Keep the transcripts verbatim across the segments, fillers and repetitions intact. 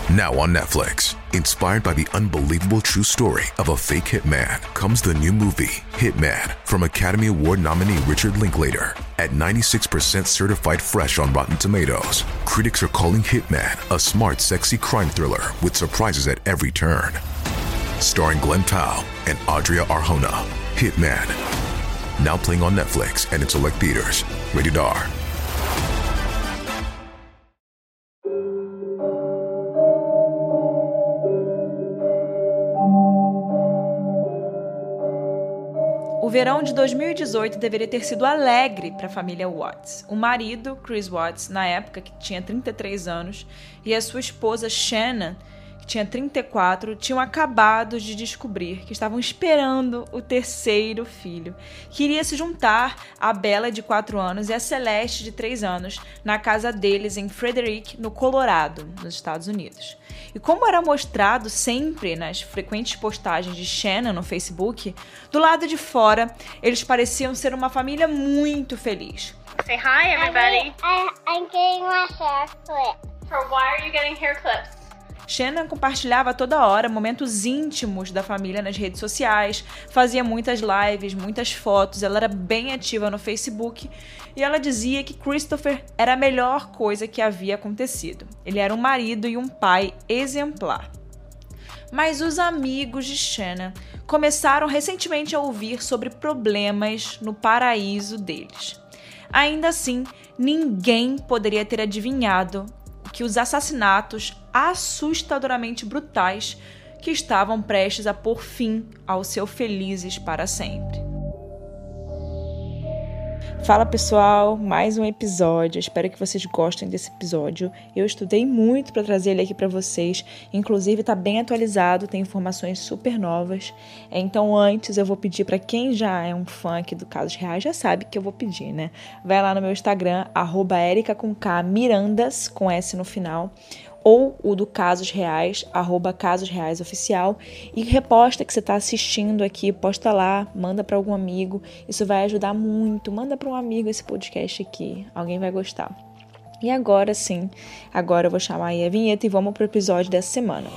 Now on Netflix, inspired by the unbelievable true story of a fake hitman, comes the new movie, Hitman, from Academy Award nominee Richard Linklater. At ninety-six percent certified fresh on Rotten Tomatoes, critics are calling Hitman a smart, sexy crime thriller with surprises at every turn. Starring Glenn Powell and Adria Arjona, Hitman. Now playing on Netflix and in select theaters. Rated R. O verão de dois mil e dezoito deveria ter sido alegre para a família Watts. O marido, Chris Watts, na época, que tinha trinta e três anos, e a sua esposa, Shannon, que tinha trinta e quatro, tinham acabado de descobrir que estavam esperando o terceiro filho, que iria se juntar à Bella, de quatro anos, e a Celeste, de três anos, na casa deles em Frederick, no Colorado, nos Estados Unidos. E como era mostrado sempre nas frequentes postagens de Shannon no Facebook, do lado de fora, eles pareciam ser uma família muito feliz. Say hi, everybody. I, I'm getting my hair clipped. For why are you getting hair clips? Shannon compartilhava toda hora momentos íntimos da família nas redes sociais, fazia muitas lives, muitas fotos, ela era bem ativa no Facebook e ela dizia que Christopher era a melhor coisa que havia acontecido. Ele era um marido e um pai exemplar. Mas os amigos de Shannon começaram recentemente a ouvir sobre problemas no paraíso deles. Ainda assim, ninguém poderia ter adivinhado que os assassinatos assustadoramente brutais que estavam prestes a pôr fim ao seu felizes para sempre. Fala pessoal, mais um episódio, espero que vocês gostem desse episódio. Eu estudei muito para trazer ele aqui para vocês, inclusive está bem atualizado, tem informações super novas. Então antes eu vou pedir para quem já é um fã aqui do Casos Reais, já sabe que eu vou pedir, né? Vai lá no meu Instagram, arroba erica com K, Mirandas, com S no final, ou o do Casos Reais, arroba Casos Reais Oficial, e reposta que você está assistindo aqui, posta lá, manda para algum amigo, isso vai ajudar muito, manda para um amigo esse podcast aqui, alguém vai gostar. E agora sim, agora eu vou chamar aí a vinheta e vamos pro episódio dessa semana.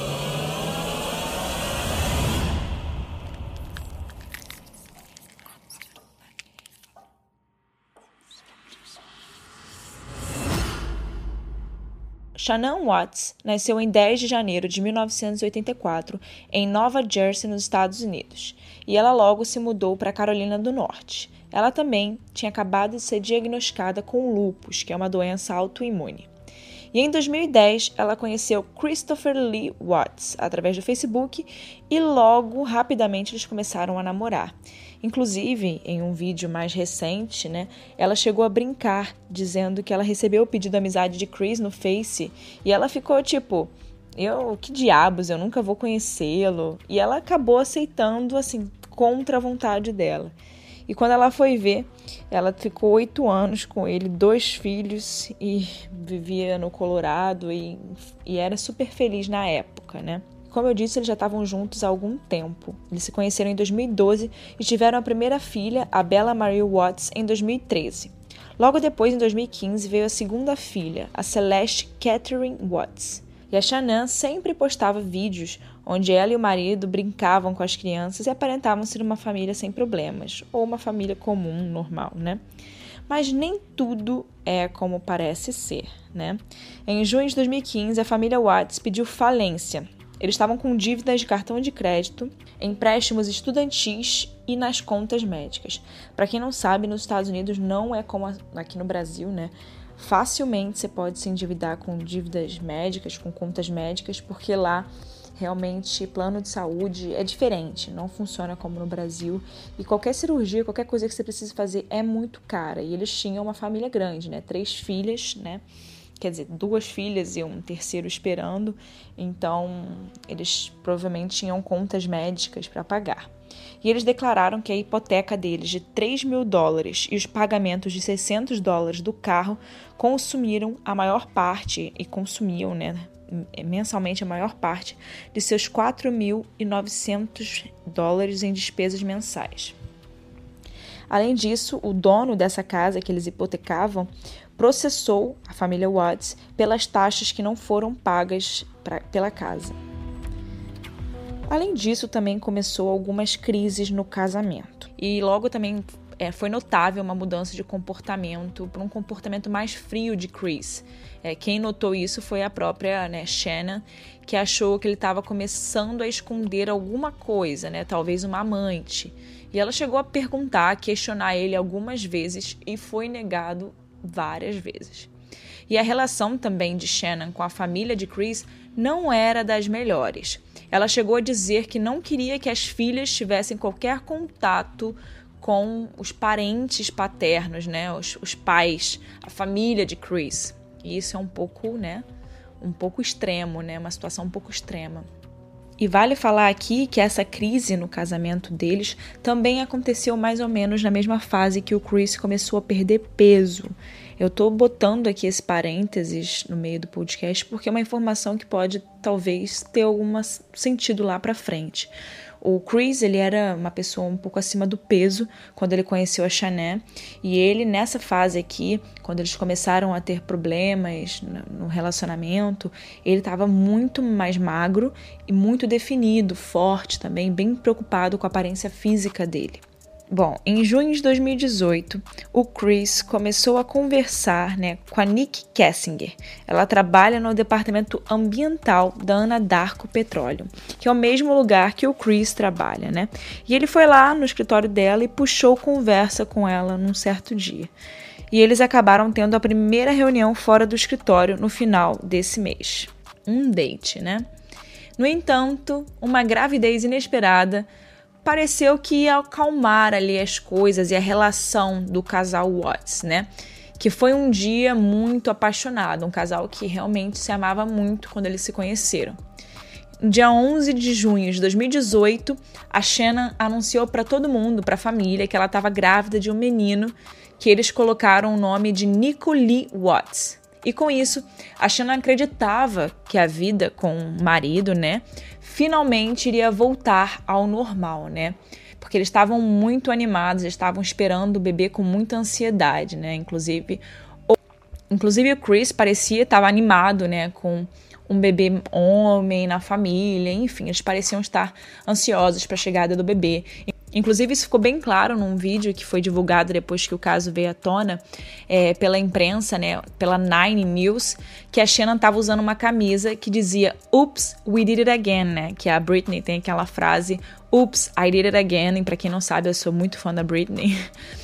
Shannon Watts nasceu em dez de janeiro de mil novecentos e oitenta e quatro em Nova Jersey, nos Estados Unidos, e ela logo se mudou para Carolina do Norte. Ela também tinha acabado de ser diagnosticada com lúpus, que é uma doença autoimune. E em dois mil e dez, ela conheceu Christopher Lee Watts através do Facebook e logo, rapidamente, eles começaram a namorar. Inclusive, em um vídeo mais recente, né, ela chegou a brincar, dizendo que ela recebeu o pedido de amizade de Chris no Face e ela ficou tipo, eu, que diabos, eu nunca vou conhecê-lo. E ela acabou aceitando, assim, contra a vontade dela. E quando ela foi ver, ela ficou oito anos com ele, dois filhos e vivia no Colorado e, e era super feliz na época, né? Como eu disse, eles já estavam juntos há algum tempo. Eles se conheceram em dois mil e doze e tiveram a primeira filha, a Bella Marie Watts, em dois mil e treze. Logo depois, em dois mil e quinze, veio a segunda filha, a Celeste Catherine Watts. E a Shannon sempre postava vídeos onde ela e o marido brincavam com as crianças e aparentavam ser uma família sem problemas, ou uma família comum, normal, né? Mas nem tudo é como parece ser, né? Em junho de dois mil e quinze, a família Watts pediu falência. Eles estavam com dívidas de cartão de crédito, empréstimos estudantis e nas contas médicas. Para quem não sabe, nos Estados Unidos não é como aqui no Brasil, né? Facilmente você pode se endividar com dívidas médicas, com contas médicas, porque lá realmente plano de saúde é diferente, não funciona como no Brasil. E qualquer cirurgia, qualquer coisa que você precise fazer é muito cara. E eles tinham uma família grande, né? Três filhas, né? Quer dizer, duas filhas e um terceiro esperando, então eles provavelmente tinham contas médicas para pagar. E eles declararam que a hipoteca deles de três mil dólares e os pagamentos de seiscentos dólares do carro consumiram a maior parte, e consumiam, né, mensalmente a maior parte, de seus quatro mil e novecentos dólares em despesas mensais. Além disso, o dono dessa casa que eles hipotecavam processou a família Watts pelas taxas que não foram pagas pra, pela casa. Além disso, também começou algumas crises no casamento. E logo também é, foi notável uma mudança de comportamento para um comportamento mais frio de Chris. É, quem notou isso foi a própria né, Shannon, que achou que ele estava começando a esconder alguma coisa, né, talvez uma amante. E ela chegou a perguntar, a questionar ele algumas vezes e foi negado várias vezes. E a relação também de Shannon com a família de Chris não era das melhores. Ela chegou a dizer que não queria que as filhas tivessem qualquer contato com os parentes paternos, né, os, os pais, a família de Chris. E isso é um pouco, né, um pouco extremo, né, uma situação um pouco extrema. E vale falar aqui que essa crise no casamento deles também aconteceu mais ou menos na mesma fase que o Chris começou a perder peso. Eu tô botando aqui esse parênteses no meio do podcast porque é uma informação que pode talvez ter algum sentido lá pra frente. O Chris, ele era uma pessoa um pouco acima do peso quando ele conheceu a Shannon, e ele, nessa fase aqui, quando eles começaram a ter problemas no relacionamento, ele estava muito mais magro e muito definido, forte também, bem preocupado com a aparência física dele. Bom, em junho de dois mil e dezoito, o Chris começou a conversar né, com a Nick Kessinger. Ela trabalha no departamento ambiental da Anadarko Petróleo, que é o mesmo lugar que o Chris trabalha, né? E ele foi lá no escritório dela e puxou conversa com ela num certo dia. E eles acabaram tendo a primeira reunião fora do escritório no final desse mês. Um date, né? No entanto, uma gravidez inesperada pareceu que ia acalmar ali as coisas e a relação do casal Watts, né? Que foi um dia muito apaixonado, um casal que realmente se amava muito quando eles se conheceram. No dia onze de junho de dois mil e dezoito, a Shannon anunciou para todo mundo, para a família, que ela estava grávida de um menino que eles colocaram o nome de Nico Lee Watts. E com isso, a Shannon acreditava que a vida com o marido, né, finalmente iria voltar ao normal, né? Porque eles estavam muito animados, eles estavam esperando o bebê com muita ansiedade, né? Inclusive, o, inclusive o Chris parecia estar animado, né, com um bebê homem na família, enfim, eles pareciam estar ansiosos para a chegada do bebê. Inclusive, isso ficou bem claro num vídeo que foi divulgado depois que o caso veio à tona é, pela imprensa, né, pela Nine News, que a Shannon estava usando uma camisa que dizia "Oops, we did it again", né? Que a Britney tem aquela frase "Oops, I did it again", e para quem não sabe, eu sou muito fã da Britney.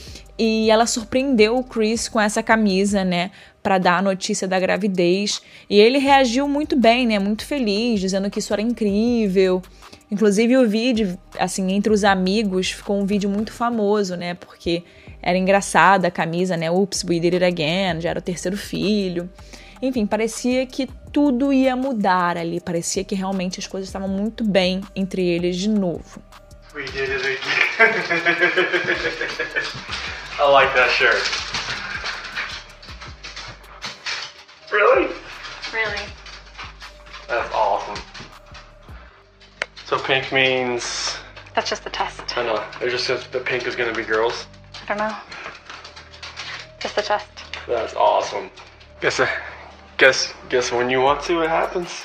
E ela surpreendeu o Chris com essa camisa, né, para dar a notícia da gravidez. E ele reagiu muito bem, né, muito feliz, dizendo que isso era incrível. Inclusive o vídeo, assim, entre os amigos, ficou um vídeo muito famoso, né, porque era engraçada a camisa, né, "Oops, we did it again", já era o terceiro filho. Enfim, parecia que tudo ia mudar ali, parecia que realmente as coisas estavam muito bem entre eles de novo. We did it again. I like that shirt. Really? Really? That's awesome. So pink means... That's just the test. I know. It just says the pink is going to be girls. I don't know. Just the test. That's awesome. Guess, guess, guess when you want to, it happens.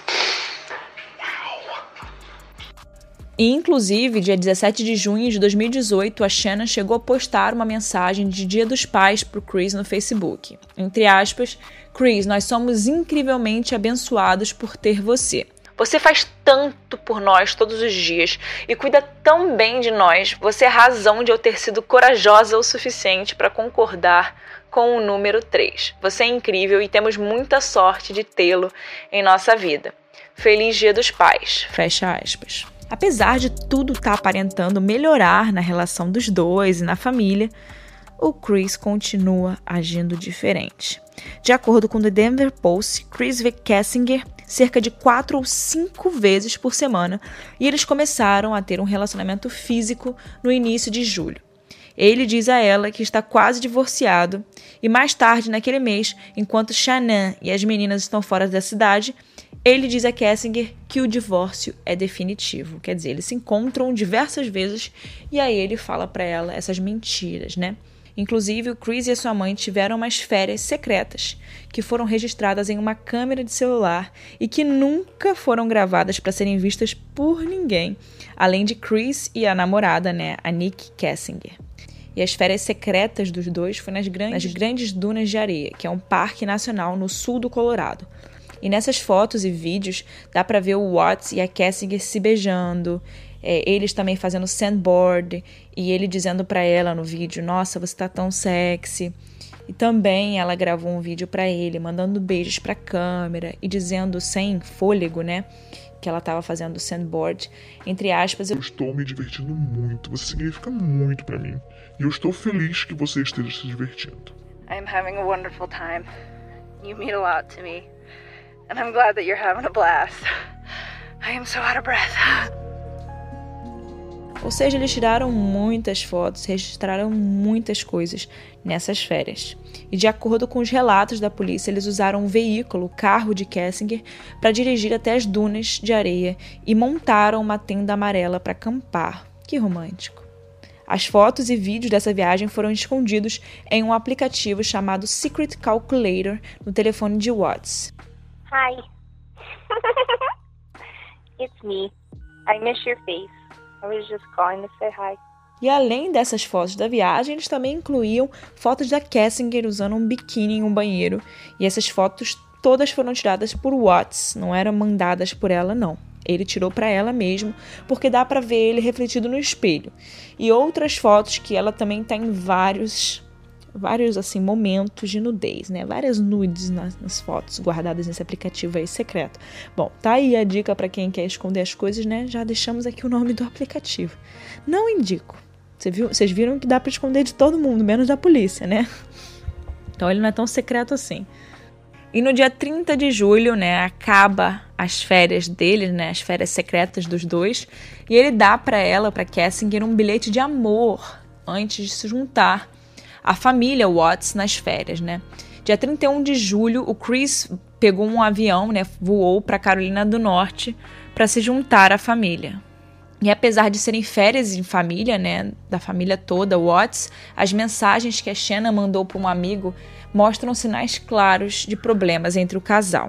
E, inclusive, dia dezessete de junho de dois mil e dezoito, a Shannon chegou a postar uma mensagem de Dia dos Pais para o Chris no Facebook. Entre aspas, "Chris, nós somos incrivelmente abençoados por ter você. Você faz tanto por nós todos os dias e cuida tão bem de nós. Você é a razão de eu ter sido corajosa o suficiente para concordar com o número três. Você é incrível e temos muita sorte de tê-lo em nossa vida. Feliz Dia dos Pais." Fecha aspas. Apesar de tudo estar aparentando melhorar na relação dos dois e na família, o Chris continua agindo diferente. De acordo com o The Denver Post, Chris vê Kessinger cerca de quatro ou cinco vezes por semana e eles começaram a ter um relacionamento físico no início de julho. Ele diz a ela que está quase divorciado e mais tarde naquele mês, enquanto Shannon e as meninas estão fora da cidade, ele diz a Kessinger que o divórcio é definitivo. Quer dizer, eles se encontram diversas vezes e aí ele fala para ela essas mentiras, né? Inclusive, o Chris e a sua mãe tiveram umas férias secretas que foram registradas em uma câmera de celular e que nunca foram gravadas para serem vistas por ninguém, além de Chris e a namorada, né, a Nick Kessinger. E as férias secretas dos dois foi nas grandes, nas grandes dunas de areia, que é um parque nacional no sul do Colorado. E nessas fotos e vídeos dá para ver o Watts e a Kessinger se beijando, é, eles também fazendo sandboard, e ele dizendo para ela no vídeo, nossa, você tá tão sexy. E também ela gravou um vídeo para ele, mandando beijos para a câmera e dizendo sem fôlego, né, que ela estava fazendo sandboard, entre aspas. Eu estou me divertindo muito, você significa muito para mim. E eu estou feliz que você esteja se divertindo. I'm having a wonderful time. You mean a lot to me. And I'm glad that you're having a blast. I am so out of breath. Ou seja, eles tiraram muitas fotos, registraram muitas coisas nessas férias. E de acordo com os relatos da polícia, eles usaram um veículo, o carro de Kessinger, para dirigir até as dunas de areia e montaram uma tenda amarela para acampar. Que romântico. As fotos e vídeos dessa viagem foram escondidos em um aplicativo chamado Secret Calculator no telefone de Watts. Hi. It's me. I miss your face. I was just calling to say hi. E além dessas fotos da viagem, eles também incluíam fotos da Kessinger usando um biquíni em um banheiro. E essas fotos todas foram tiradas por Watts, não eram mandadas por ela, não. Ele tirou para ela mesmo, porque dá para ver ele refletido no espelho. E outras fotos que ela também está em vários, vários assim, momentos de nudez, né? Várias nudes nas, nas fotos guardadas nesse aplicativo aí secreto. Bom, tá aí a dica para quem quer esconder as coisas, né? Já deixamos aqui o nome do aplicativo. Não indico. Você viu, vocês viram que dá para esconder de todo mundo, menos da polícia, né? Então ele não é tão secreto assim. E no dia trinta de julho, né, acaba as férias dele, né, as férias secretas dos dois, e ele dá para ela, para Kessinger, um bilhete de amor antes de se juntar à família Watts nas férias, né. Dia trinta e um de julho, o Chris pegou um avião, né, voou para Carolina do Norte para se juntar à família. E apesar de serem férias em família, né, da família toda, Watts, as mensagens que a Shannon mandou para um amigo mostram sinais claros de problemas entre o casal.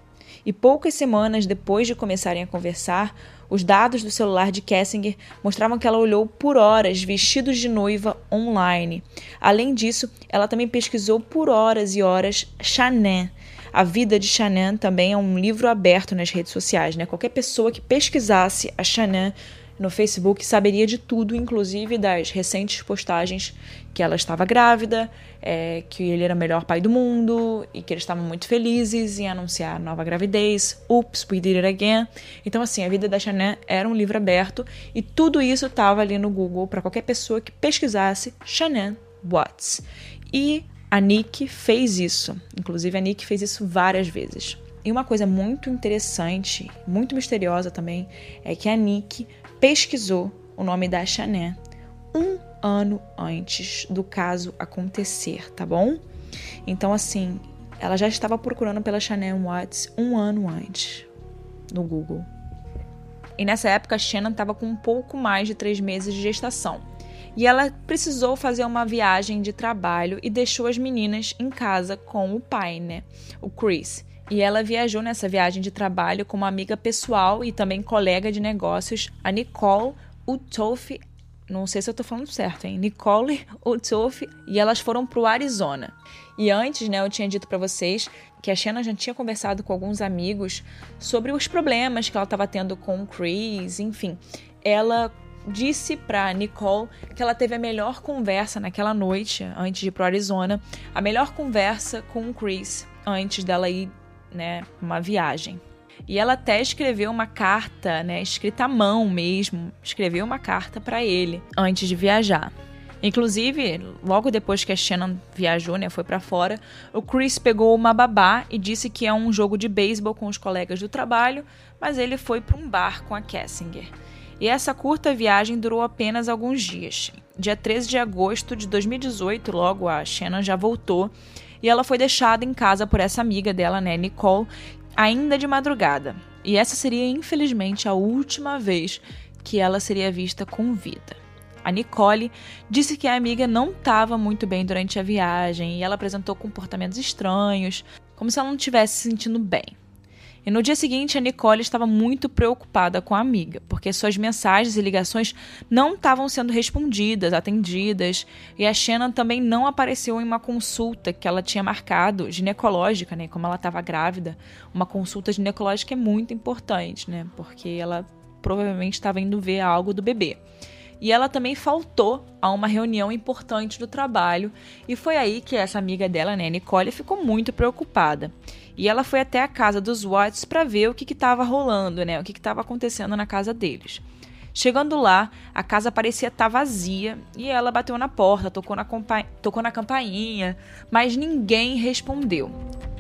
E poucas semanas depois de começarem a conversar, os dados do celular de Kessinger mostravam que ela olhou por horas vestidos de noiva online. Além disso, ela também pesquisou por horas e horas Shannon. A vida de Shannon também é um livro aberto nas redes sociais, né? Qualquer pessoa que pesquisasse a Shannon no Facebook saberia de tudo, inclusive das recentes postagens que ela estava grávida, é, que ele era o melhor pai do mundo e que eles estavam muito felizes em anunciar a nova gravidez. Oops, we did it again. Então, assim, a vida da Shannon era um livro aberto e tudo isso estava ali no Google para qualquer pessoa que pesquisasse Shannon Watts. E a Nick fez isso. Inclusive, a Nick fez isso várias vezes. E uma coisa muito interessante, muito misteriosa também, é que a Nick pesquisou o nome da Shannon um ano antes do caso acontecer, tá bom? Então, assim, ela já estava procurando pela Shannon Watts um ano antes no Google. E nessa época, a Shannon estava com um pouco mais de três meses de gestação. E ela precisou fazer uma viagem de trabalho e deixou as meninas em casa com o pai, né? O Chris. E ela viajou nessa viagem de trabalho com uma amiga pessoal e também colega de negócios, a Nicole Utoff. Não sei se eu tô falando certo, hein? Nicole Utoff. E elas foram pro Arizona. E antes, né, eu tinha dito para vocês que a Shannon já tinha conversado com alguns amigos sobre os problemas que ela estava tendo com o Chris, enfim. Ela disse para Nicole que ela teve a melhor conversa naquela noite, antes de ir pro Arizona, a melhor conversa com o Chris antes dela ir, né, uma viagem. E ela até escreveu uma carta, né, escrita à mão mesmo, escreveu uma carta para ele antes de viajar. Inclusive, logo depois que a Shannon viajou, né, foi para fora, o Chris pegou uma babá e disse que é um jogo de beisebol com os colegas do trabalho, mas ele foi para um bar com a Kessinger. E essa curta viagem durou apenas alguns dias. Dia treze de agosto de dois mil e dezoito, logo a Shannon já voltou, e ela foi deixada em casa por essa amiga dela, né, Nicole, ainda de madrugada. E essa seria, infelizmente, a última vez que ela seria vista com vida. A Nicole disse que a amiga não estava muito bem durante a viagem e ela apresentou comportamentos estranhos, como se ela não estivesse se sentindo bem. E no dia seguinte, a Nicole estava muito preocupada com a amiga, porque suas mensagens e ligações não estavam sendo respondidas, atendidas, e a Shannon também não apareceu em uma consulta que ela tinha marcado, ginecológica, né? Como ela estava grávida, uma consulta ginecológica é muito importante, né? Porque ela provavelmente estava indo ver algo do bebê. E ela também faltou a uma reunião importante do trabalho, e foi aí que essa amiga dela, né, Nicole, ficou muito preocupada. E ela foi até a casa dos Watts para ver o que estava rolando, né, o que estava acontecendo na casa deles. Chegando lá, a casa parecia estar vazia e ela bateu na porta, tocou na, compa- tocou na campainha, mas ninguém respondeu.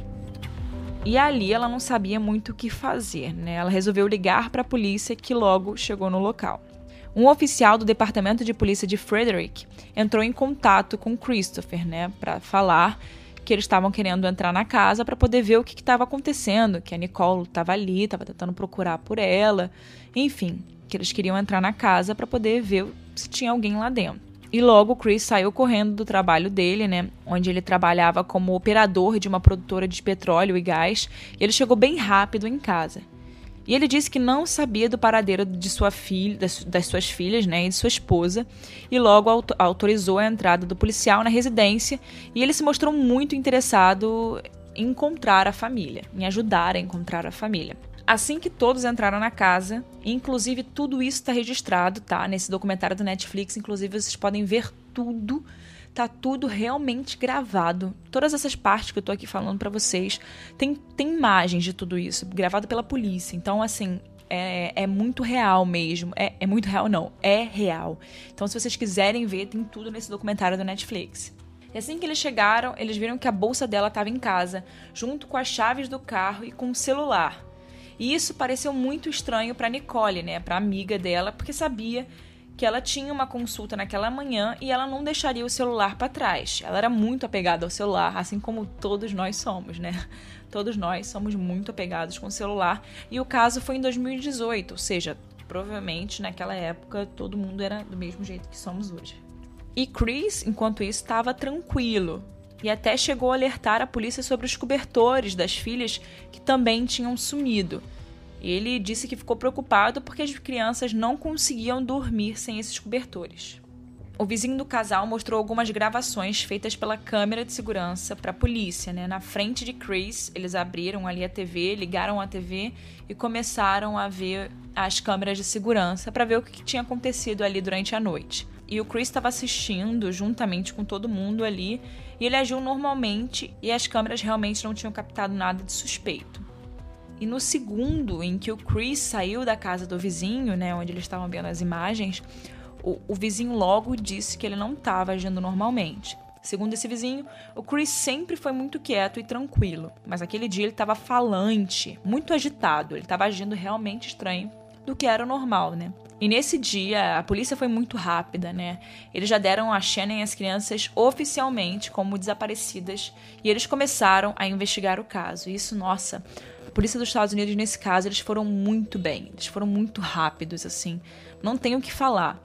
E ali ela não sabia muito o que fazer, né? Ela resolveu ligar para a polícia, que logo chegou no local. Um oficial do departamento de polícia de Frederick entrou em contato com Christopher, né, para falar que eles estavam querendo entrar na casa para poder ver o que estava acontecendo, que a Nicole estava ali, estava tentando procurar por ela, enfim, que eles queriam entrar na casa para poder ver se tinha alguém lá dentro. E logo o Chris saiu correndo do trabalho dele, né, onde ele trabalhava como operador de uma produtora de petróleo e gás, e ele chegou bem rápido em casa. E ele disse que não sabia do paradeiro de sua filha, das, das suas filhas, né, e de sua esposa, e logo auto- autorizou a entrada do policial na residência, e ele se mostrou muito interessado em encontrar a família, em ajudar a encontrar a família. Assim que todos entraram na casa, inclusive tudo isso está registrado, tá? Nesse documentário do Netflix, inclusive vocês podem ver tudo. Tá tudo realmente gravado. Todas essas partes que eu tô aqui falando pra vocês, tem, tem imagens de tudo isso, gravado pela polícia. Então, assim, é, é muito real mesmo. É, é muito real, não. É real. Então, se vocês quiserem ver, tem tudo nesse documentário do Netflix. E assim que eles chegaram, eles viram que a bolsa dela estava em casa, junto com as chaves do carro e com o celular. E isso pareceu muito estranho pra Nicole, né? Pra amiga dela, porque sabia que ela tinha uma consulta naquela manhã e ela não deixaria o celular para trás. Ela era muito apegada ao celular, assim como todos nós somos, né? Todos nós somos muito apegados com o celular. E o caso foi em dois mil e dezoito, ou seja, provavelmente naquela época todo mundo era do mesmo jeito que somos hoje. E Chris, enquanto isso, estava tranquilo. E até chegou a alertar a polícia sobre os cobertores das filhas que também tinham sumido. Ele disse que ficou preocupado porque as crianças não conseguiam dormir sem esses cobertores. O vizinho do casal mostrou algumas gravações feitas pela câmera de segurança para a polícia, né? Na frente de Chris, eles abriram ali a T V, ligaram a T V e começaram a ver as câmeras de segurança para ver o que tinha acontecido ali durante a noite. E o Chris estava assistindo juntamente com todo mundo ali e ele agiu normalmente e as câmeras realmente não tinham captado nada de suspeito. E no segundo em que o Chris saiu da casa do vizinho, né, onde eles estavam vendo as imagens, o, o vizinho logo disse que ele não estava agindo normalmente. Segundo esse vizinho, o Chris sempre foi muito quieto e tranquilo, mas aquele dia ele estava falante, muito agitado, ele estava agindo realmente estranho do que era o normal, né? E nesse dia, a polícia foi muito rápida, né? Eles já deram a Shannon e as crianças oficialmente como desaparecidas e eles começaram a investigar o caso. E isso, nossa... A polícia dos Estados Unidos, nesse caso, eles foram muito bem. Eles foram muito rápidos, assim. Não tenho o que falar.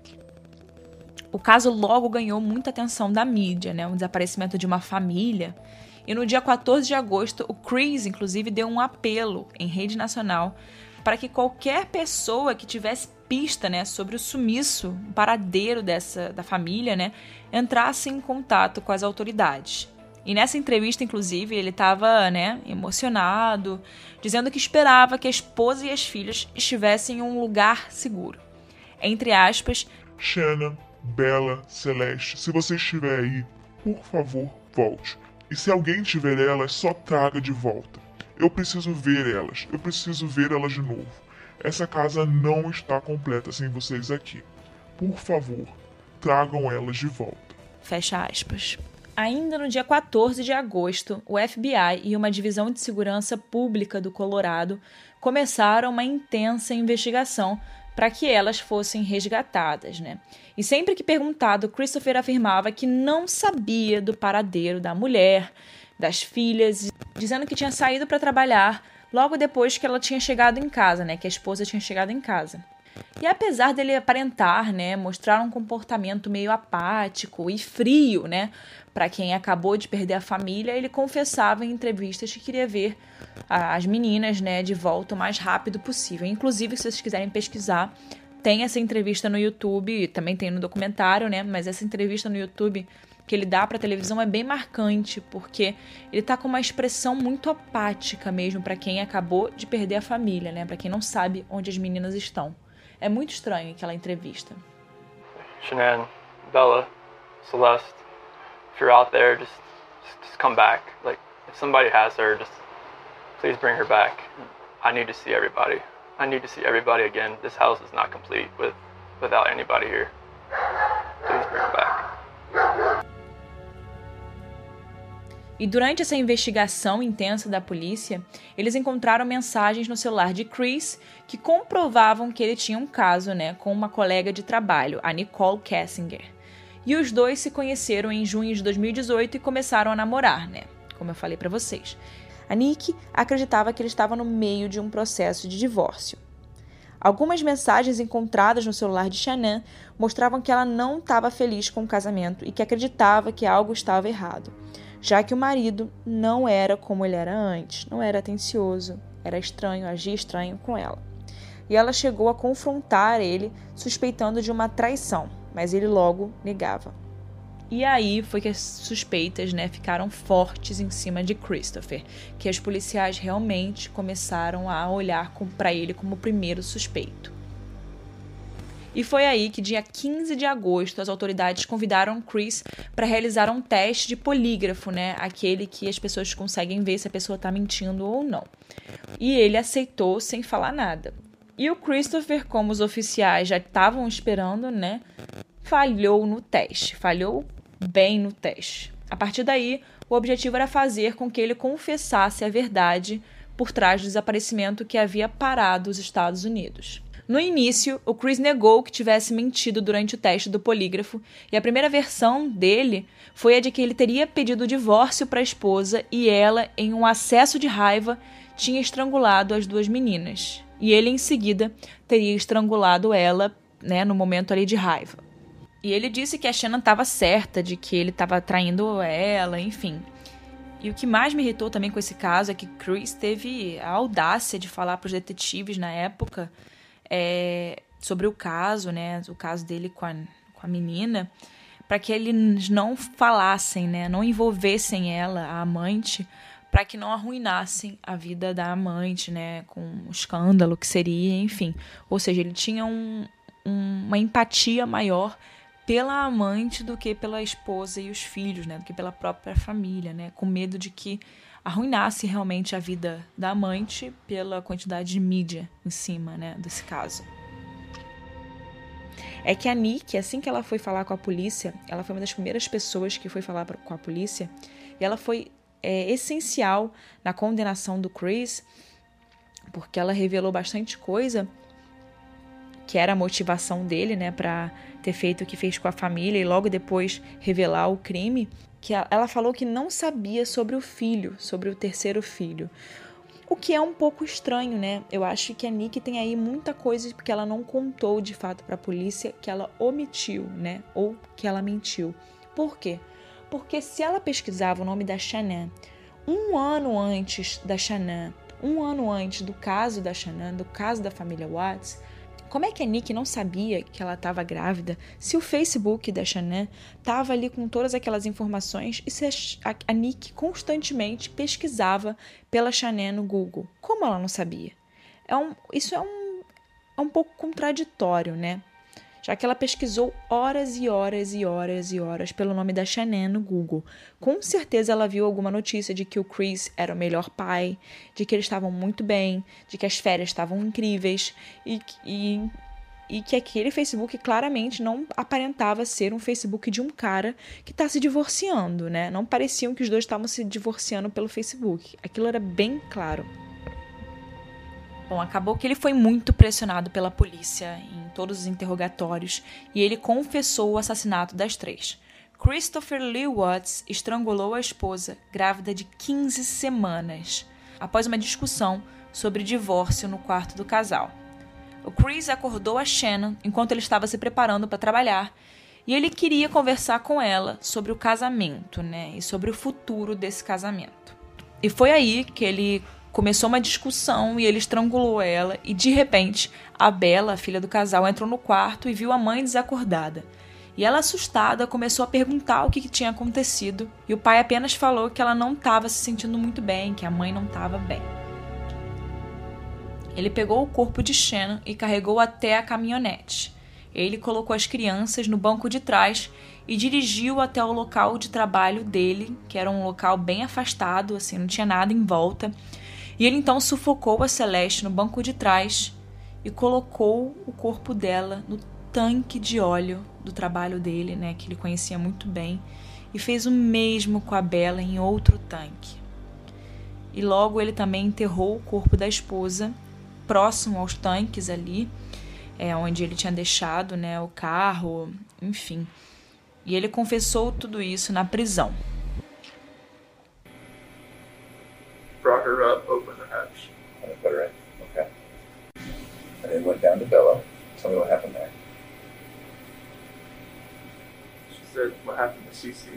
O caso logo ganhou muita atenção da mídia, né? Um desaparecimento de uma família. E no dia quatorze de agosto, o Chris, inclusive, deu um apelo em rede nacional para que qualquer pessoa que tivesse pista, né, sobre o sumiço, o paradeiro dessa, da família, né, entrasse em contato com as autoridades. E nessa entrevista, inclusive, ele estava, né, emocionado, dizendo que esperava que a esposa e as filhas estivessem em um lugar seguro. Entre aspas, Shannon, Bella, Celeste, se você estiver aí, por favor, volte. E se alguém tiver elas, só traga de volta. Eu preciso ver elas, eu preciso ver elas de novo. Essa casa não está completa sem vocês aqui. Por favor, tragam elas de volta. Fecha aspas. Ainda no dia quatorze de agosto, o F B I e uma divisão de segurança pública do Colorado começaram uma intensa investigação para que elas fossem resgatadas, né? E sempre que perguntado, Christopher afirmava que não sabia do paradeiro da mulher, das filhas, dizendo que tinha saído para trabalhar logo depois que ela tinha chegado em casa, né? Que a esposa tinha chegado em casa. E apesar dele aparentar, né, mostrar um comportamento meio apático e frio, né, para quem acabou de perder a família, ele confessava em entrevistas que queria ver as meninas, né, de volta o mais rápido possível. Inclusive, se vocês quiserem pesquisar, tem essa entrevista no YouTube, também tem no documentário, né, mas essa entrevista no YouTube que ele dá para a televisão é bem marcante, porque ele tá com uma expressão muito apática mesmo para quem acabou de perder a família, né, para quem não sabe onde as meninas estão. É muito estranho aquela entrevista. Shanann, Bella, Celeste, if you're out there, just, just come back. Like, if somebody has her, just please bring her back. I need to see everybody. I need to see everybody again. This house is not complete with, without anybody here. Please bring her back. E durante essa investigação intensa da polícia, eles encontraram mensagens no celular de Chris que comprovavam que ele tinha um caso, né, com uma colega de trabalho, a Nicole Kessinger. E os dois se conheceram em junho de dois mil e dezoito e começaram a namorar, né, como eu falei para vocês. A Nick acreditava que ele estava no meio de um processo de divórcio. Algumas mensagens encontradas no celular de Shanann mostravam que ela não estava feliz com o casamento e que acreditava que algo estava errado, já que o marido não era como ele era antes, não era atencioso, era estranho, agia estranho com ela. E ela chegou a confrontar ele, suspeitando de uma traição, mas ele logo negava. E aí foi que as suspeitas, né, ficaram fortes em cima de Christopher, que os policiais realmente começaram a olhar para ele como o primeiro suspeito. E foi aí que, dia quinze de agosto, as autoridades convidaram Chris para realizar um teste de polígrafo, né? Aquele que as pessoas conseguem ver se a pessoa está mentindo ou não. E ele aceitou sem falar nada. E o Christopher, como os oficiais já estavam esperando, né? Falhou no teste. Falhou bem no teste. A partir daí, o objetivo era fazer com que ele confessasse a verdade por trás do desaparecimento que havia parado os Estados Unidos. No início, o Chris negou que tivesse mentido durante o teste do polígrafo e a primeira versão dele foi a de que ele teria pedido o divórcio para a esposa e ela, em um acesso de raiva, tinha estrangulado as duas meninas. E ele, em seguida, teria estrangulado ela, né, no momento ali de raiva. E ele disse que a Shanann estava certa de que ele estava traindo ela, enfim. E o que mais me irritou também com esse caso é que Chris teve a audácia de falar para os detetives na época É, sobre o caso, né, o caso dele com a, com a menina, para que eles não falassem, né, não envolvessem ela, a amante, para que não arruinassem a vida da amante, né, com um escândalo que seria, enfim. Ou seja, ele tinha um, um, uma empatia maior pela amante do que pela esposa e os filhos, né, do que pela própria família, né, com medo de que arruinasse realmente a vida da amante pela quantidade de mídia em cima, né, desse caso. É que a Nick, assim que ela foi falar com a polícia, ela foi uma das primeiras pessoas que foi falar com a polícia, e ela foi é, essencial na condenação do Chris, porque ela revelou bastante coisa que era a motivação dele, né, para ter feito o que fez com a família e logo depois revelar o crime, que ela falou que não sabia sobre o filho, sobre o terceiro filho. O que é um pouco estranho, né? Eu acho que a Nick tem aí muita coisa que ela não contou de fato para a polícia, que ela omitiu, né? Ou que ela mentiu. Por quê? Porque se ela pesquisava o nome da Shanann um ano antes da Shanann, um ano antes do caso da Shanann, do caso da família Watts, como é que a Nick não sabia que ela estava grávida se o Facebook da Shanann estava ali com todas aquelas informações e se a, a Nick constantemente pesquisava pela Shanann no Google? Como ela não sabia? É um, isso é um, é um pouco contraditório, né? Já que ela pesquisou horas e horas e horas e horas pelo nome da Shanann no Google. Com certeza ela viu alguma notícia de que o Chris era o melhor pai, de que eles estavam muito bem, de que as férias estavam incríveis e, e, e que aquele Facebook claramente não aparentava ser um Facebook de um cara que está se divorciando, né? Não pareciam que os dois estavam se divorciando pelo Facebook. Aquilo era bem claro. Bom, acabou que ele foi muito pressionado pela polícia em todos os interrogatórios e ele confessou o assassinato das três. Christopher Lee Watts estrangulou a esposa, grávida de quinze semanas, após uma discussão sobre divórcio no quarto do casal. O Chris acordou a Shannon enquanto ele estava se preparando para trabalhar e ele queria conversar com ela sobre o casamento, né? E sobre o futuro desse casamento. E foi aí que ele começou uma discussão e ele estrangulou ela e, de repente, a Bella, a filha do casal, entrou no quarto e viu a mãe desacordada. E ela, assustada, começou a perguntar o que, que tinha acontecido e o pai apenas falou que ela não estava se sentindo muito bem, que a mãe não estava bem. Ele pegou o corpo de Shannon e carregou até a caminhonete. Ele colocou as crianças no banco de trás e dirigiu até o local de trabalho dele, que era um local bem afastado, assim, não tinha nada em volta. E ele então sufocou a Celeste no banco de trás e colocou o corpo dela no tanque de óleo do trabalho dele, né, que ele conhecia muito bem, e fez o mesmo com a Bella em outro tanque. E logo ele também enterrou o corpo da esposa próximo aos tanques ali, é, onde ele tinha deixado, né, o carro, enfim. E ele confessou tudo isso na prisão. Brought her up, opened the hatch. And I put her in. Okay. And then went down to Bella. Tell me what happened there. She said what happened to Cece.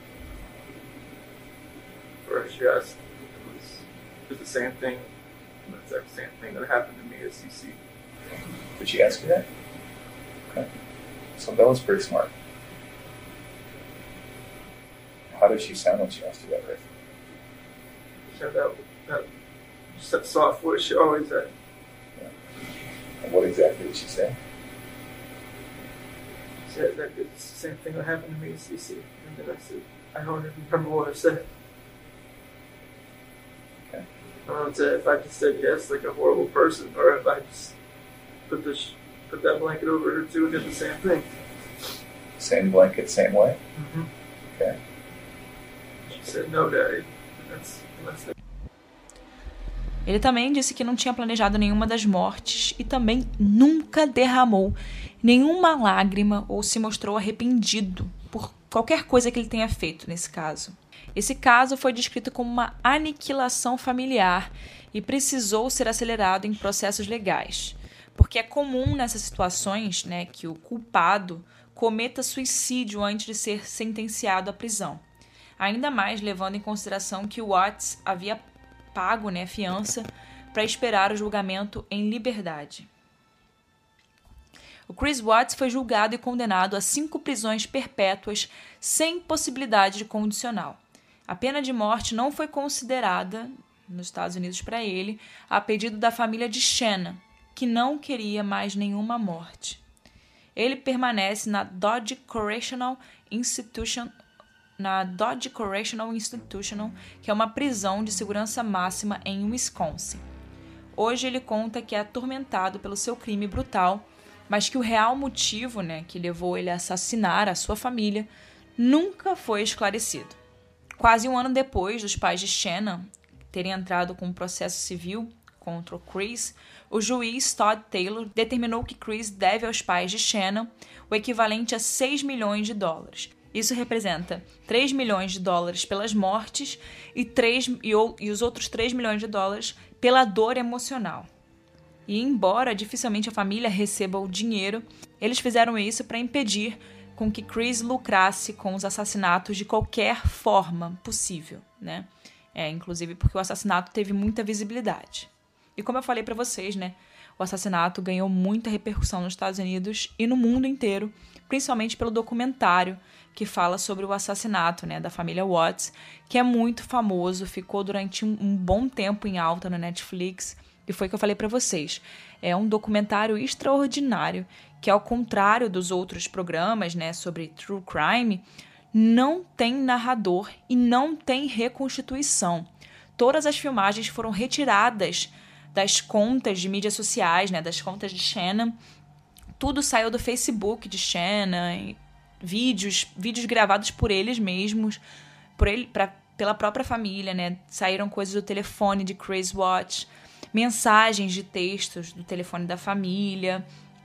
First she asked if it was, it was the same thing, the exact same thing that happened to me as Cece. Did she ask you that? Okay. So Bella's pretty smart. How did she sound when she asked you that, Rick? She had that, that, just that soft voice she always had. Yeah. And what exactly did she say? She said that it's the same thing that happened to me as Cece. And then I said, I don't even remember what I said. Okay. I don't know if I just said yes like a horrible person, or if I just put this, put that blanket over her too and did the same thing. Same blanket, same way? Mm-hmm. Okay. She said, no, Daddy. And that's, and that's the... Ele também disse que não tinha planejado nenhuma das mortes e também nunca derramou nenhuma lágrima ou se mostrou arrependido por qualquer coisa que ele tenha feito nesse caso. Esse caso foi descrito como uma aniquilação familiar e precisou ser acelerado em processos legais, porque é comum nessas situações, né, que o culpado cometa suicídio antes de ser sentenciado à prisão. Ainda mais levando em consideração que o Watts havia pago, né, fiança para esperar o julgamento em liberdade. O Chris Watts foi julgado e condenado a cinco prisões perpétuas sem possibilidade de condicional. A pena de morte não foi considerada nos Estados Unidos para ele, a pedido da família de Shannon, que não queria mais nenhuma morte. Ele permanece na Dodge Correctional Institution, na Dodge Correctional Institution, que é uma prisão de segurança máxima em Wisconsin. Hoje ele conta que é atormentado pelo seu crime brutal, mas que o real motivo, né, que levou ele a assassinar a sua família nunca foi esclarecido. Quase um ano depois dos pais de Shannon terem entrado com um processo civil contra o Chris, o juiz Todd Taylor determinou que Chris deve aos pais de Shannon o equivalente a seis milhões de dólares. Isso representa três milhões de dólares pelas mortes e, três, e, e os outros três milhões de dólares pela dor emocional. E embora dificilmente a família receba o dinheiro, eles fizeram isso para impedir com que Chris lucrasse com os assassinatos de qualquer forma possível, né? É, inclusive porque o assassinato teve muita visibilidade. E como eu falei para vocês, né, o assassinato ganhou muita repercussão nos Estados Unidos e no mundo inteiro, principalmente pelo documentário que fala sobre o assassinato, né, da família Watts, que é muito famoso, ficou durante um, um bom tempo em alta no Netflix, e foi o que eu falei para vocês. É um documentário extraordinário, que ao contrário dos outros programas, né, sobre true crime, não tem narrador e não tem reconstituição. Todas as filmagens foram retiradas das contas de mídias sociais, né, das contas de Shannon. Tudo saiu do Facebook de Shannon, vídeos, vídeos gravados por eles mesmos, por ele, pra, pela própria família, né? Saíram coisas do telefone de Chris Watts, mensagens de textos do telefone da família,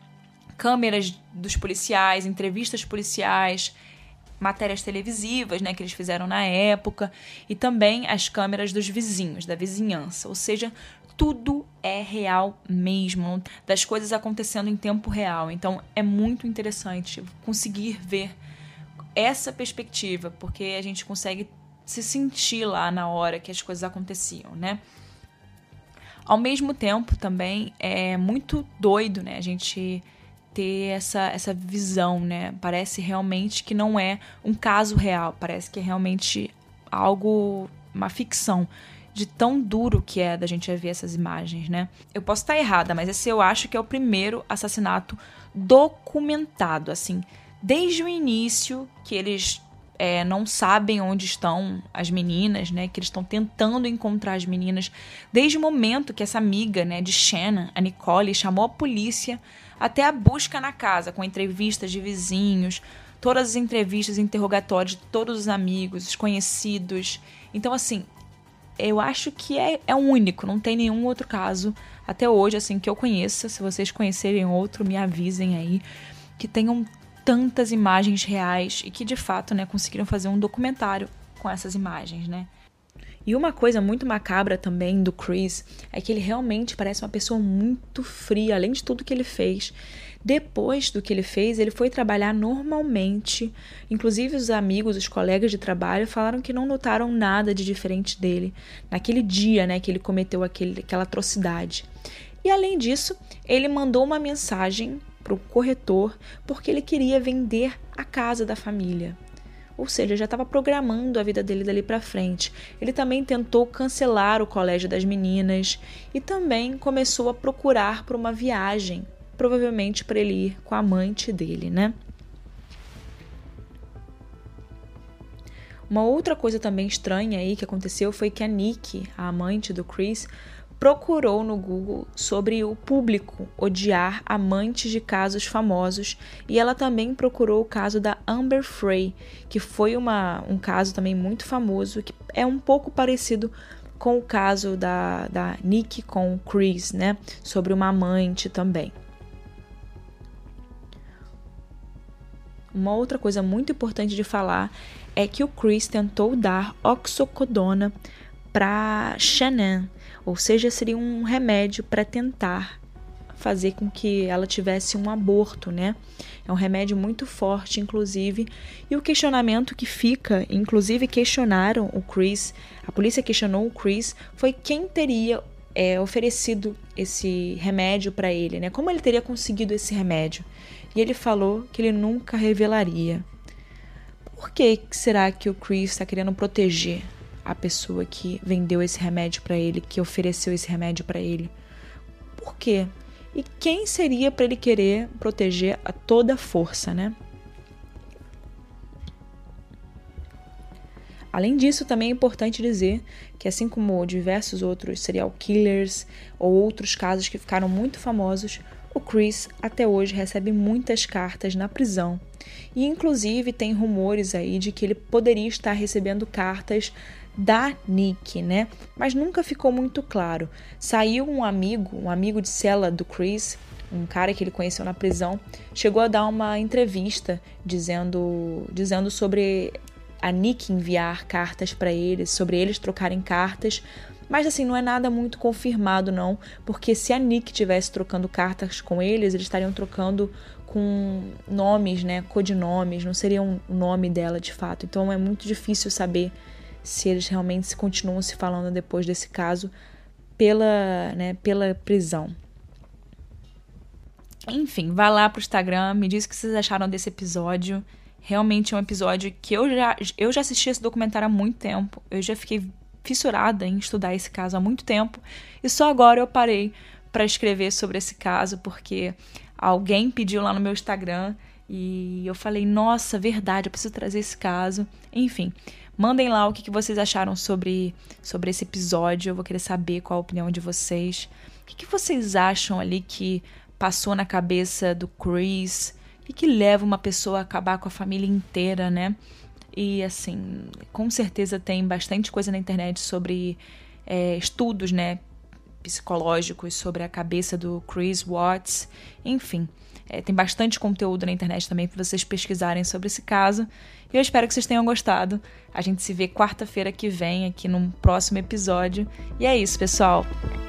câmeras dos policiais, entrevistas policiais, matérias televisivas, né, que eles fizeram na época, e também as câmeras dos vizinhos, da vizinhança. Ou seja, tudo é real mesmo, das coisas acontecendo em tempo real. Então é muito interessante conseguir ver essa perspectiva, porque a gente consegue se sentir lá na hora que as coisas aconteciam, né? Ao mesmo tempo também é muito doido, né, a gente ter essa, essa visão, né? Parece realmente que não é um caso real, parece que é realmente algo, uma ficção, de tão duro que é da gente ver essas imagens, né? Eu posso estar errada, mas esse eu acho que é o primeiro assassinato documentado, assim, desde o início, que eles é, não sabem onde estão as meninas, né? Que eles estão tentando encontrar as meninas, desde o momento que essa amiga, né, de Shannon, a Nicole, chamou a polícia até a busca na casa, com entrevistas de vizinhos, todas as entrevistas, interrogatórios de todos os amigos, os conhecidos. Então, assim, eu acho que é, é único, não tem nenhum outro caso até hoje, assim, que eu conheça. Se vocês conhecerem outro, me avisem aí, que tenham tantas imagens reais e que, de fato, né, conseguiram fazer um documentário com essas imagens, né? E uma coisa muito macabra também do Chris é que ele realmente parece uma pessoa muito fria, além de tudo que ele fez. Depois do que ele fez, ele foi trabalhar normalmente. Inclusive os amigos, os colegas de trabalho falaram que não notaram nada de diferente dele naquele dia, né, que ele cometeu aquele, aquela atrocidade. E além disso, ele mandou uma mensagem para o corretor porque ele queria vender a casa da família. Ou seja, já estava programando a vida dele dali para frente. Ele também tentou cancelar o colégio das meninas e também começou a procurar por uma viagem, provavelmente para ele ir com a amante dele, né? Uma outra coisa também estranha aí que aconteceu foi que a Nick, a amante do Chris, procurou no Google sobre o público odiar amantes de casos famosos, e ela também procurou o caso da Amber Frey, que foi uma, um caso também muito famoso, que é um pouco parecido com o caso da, da Nick com o Chris, né? Sobre uma amante também. Uma outra coisa muito importante de falar é que o Chris tentou dar oxicodona para Shannon, ou seja, seria um remédio para tentar fazer com que ela tivesse um aborto, né? É um remédio muito forte, inclusive, e o questionamento que fica, inclusive questionaram o Chris, a polícia questionou o Chris, foi quem teria é, oferecido esse remédio para ele, né? Como ele teria conseguido esse remédio? E ele falou que ele nunca revelaria. Por que será que o Chris está querendo proteger a pessoa que vendeu esse remédio para ele, que ofereceu esse remédio para ele? Por quê? E quem seria para ele querer proteger a toda força, né? Além disso, também é importante dizer que, assim como diversos outros serial killers ou outros casos que ficaram muito famosos, o Chris até hoje recebe muitas cartas na prisão. E inclusive tem rumores aí de que ele poderia estar recebendo cartas da Nick, né? Mas nunca ficou muito claro. Saiu um amigo, um amigo de cela do Chris, um cara que ele conheceu na prisão, chegou a dar uma entrevista dizendo, dizendo sobre a Nick enviar cartas para eles, sobre eles trocarem cartas. Mas assim, não é nada muito confirmado não, porque se a Nick estivesse trocando cartas com eles, eles estariam trocando com nomes, né, codinomes, não seria um nome dela de fato. Então é muito difícil saber se eles realmente se continuam se falando depois desse caso pela, né, pela prisão. Enfim, vá lá pro Instagram, me diz o que vocês acharam desse episódio. Realmente é um episódio que eu já, eu já assisti esse documentário há muito tempo. Eu já fiquei fissurada em estudar esse caso há muito tempo. E só agora eu parei para escrever sobre esse caso, porque alguém pediu lá no meu Instagram e eu falei, nossa, verdade, eu preciso trazer esse caso. Enfim, mandem lá o que vocês acharam sobre, sobre esse episódio. Eu vou querer saber qual a opinião de vocês. O que vocês acham ali que passou na cabeça do Chris? O que leva uma pessoa a acabar com a família inteira, né? E, assim, com certeza tem bastante coisa na internet sobre é, estudos, né, psicológicos sobre a cabeça do Chris Watts. Enfim, é, tem bastante conteúdo na internet também para vocês pesquisarem sobre esse caso. E eu espero que vocês tenham gostado. A gente se vê quarta-feira que vem aqui num próximo episódio. E é isso, pessoal.